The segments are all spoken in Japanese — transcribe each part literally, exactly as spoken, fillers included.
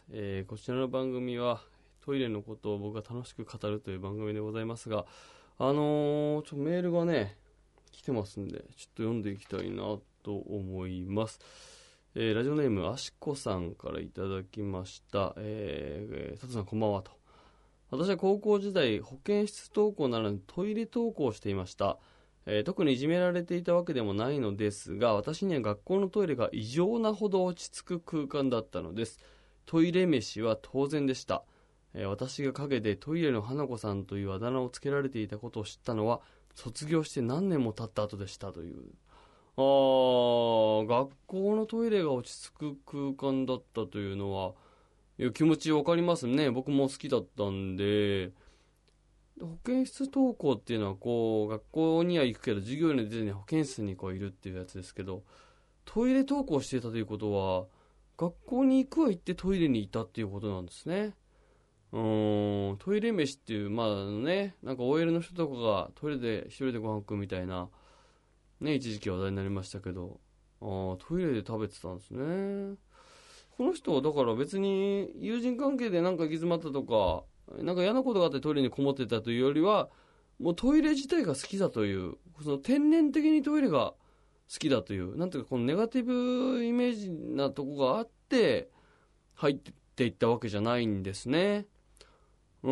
えー、こちらの番組はトイレのことを僕が楽しく語るという番組でございますが、あのー、ちょメールがね来てますんで、ちょっと読んでいきたいなと思います。えー、ラジオネームあしこさんからいただきました。えー、佐藤さんこんばんはと。私は高校時代保健室登校ならぬトイレ登校をしていました。えー、特にいじめられていたわけでもないのですが、私には学校のトイレが異常なほど落ち着く空間だったのです。トイレ飯は当然でした。えー、私が陰でトイレの花子さんというあだ名をつけられていたことを知ったのは卒業して何年も経った後でしたという。あー、学校のトイレが落ち着く空間だったというのは、いや気持ちわかりますね。僕も好きだったんで、保健室登校っていうのはこう学校には行くけど授業に出ずに保健室にこういるっていうやつですけど、トイレ登校していたということは学校に行くは行ってトイレにいたっていうことなんですね。うーん、トイレ飯っていうまあね、なんか オーエル の人とかがトイレで一人でご飯食うみたいなね、一時期話題になりましたけど、あトイレで食べてたんですね。この人はだから別に友人関係でなんか行き詰まったとか、なんか嫌なことがあってトイレにこもってたというよりは、もうトイレ自体が好きだという、その天然的にトイレが好きだという、なんていうかこのネガティブイメージなとこがあって入っていったわけじゃないんですね。うん。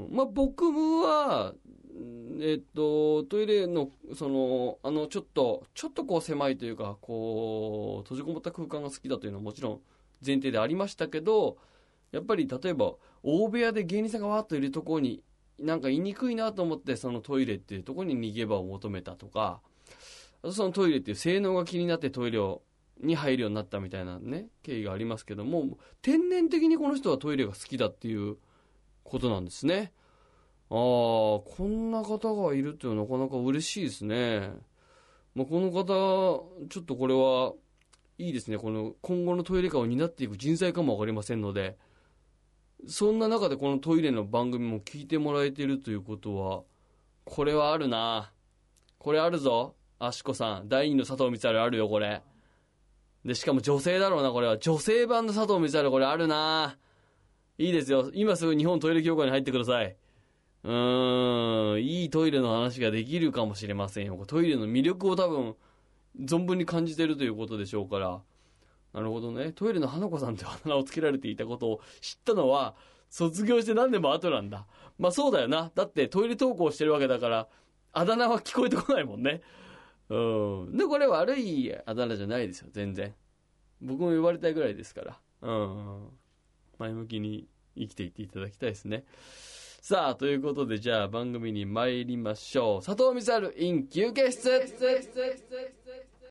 まあ僕は、えっと、トイレの、その、あの、ちょっと、ちょっとこう狭いというか、こう、閉じこもった空間が好きだというのはもちろん前提でありましたけど、やっぱり例えば、大部屋で芸人さんがわーっといるところに、なんか言いにくいなと思って、そのトイレっていうところに逃げ場を求めたとか、あとそのトイレっていう性能が気になってトイレを、に入るようになったみたいなね、経緯がありますけども、天然的にこの人はトイレが好きだっていうことなんですね。ああ、こんな方がいるっていうのはなかなか嬉しいですね。まあ、この方、ちょっとこれはいいですね。この今後のトイレ化を担っていく人材かもわかりませんので、そんな中でこのトイレの番組も聞いてもらえているということは、これはあるな。これあるぞ。あしこさん。第二の佐藤光晴あるよ、これ。で、しかも女性だろうな、これは。女性版の佐藤光晴これあるな。いいですよ。今すぐ日本トイレ協会に入ってください。うーん、いいトイレの話ができるかもしれませんよ。トイレの魅力を多分、存分に感じてるということでしょうから。なるほどね。トイレの花子さんってあだ名をつけられていたことを知ったのは、卒業して何年も後なんだ。まあそうだよな。だってトイレ登校してるわけだから、あだ名は聞こえてこないもんね。うん。で、これ悪いあだ名じゃないですよ、全然。僕も呼ばれたいぐらいですから。うん。前向きに生きていっていただきたいですね。さあ、ということで、じゃあ番組に参りましょう。佐藤光晴 in 休憩室。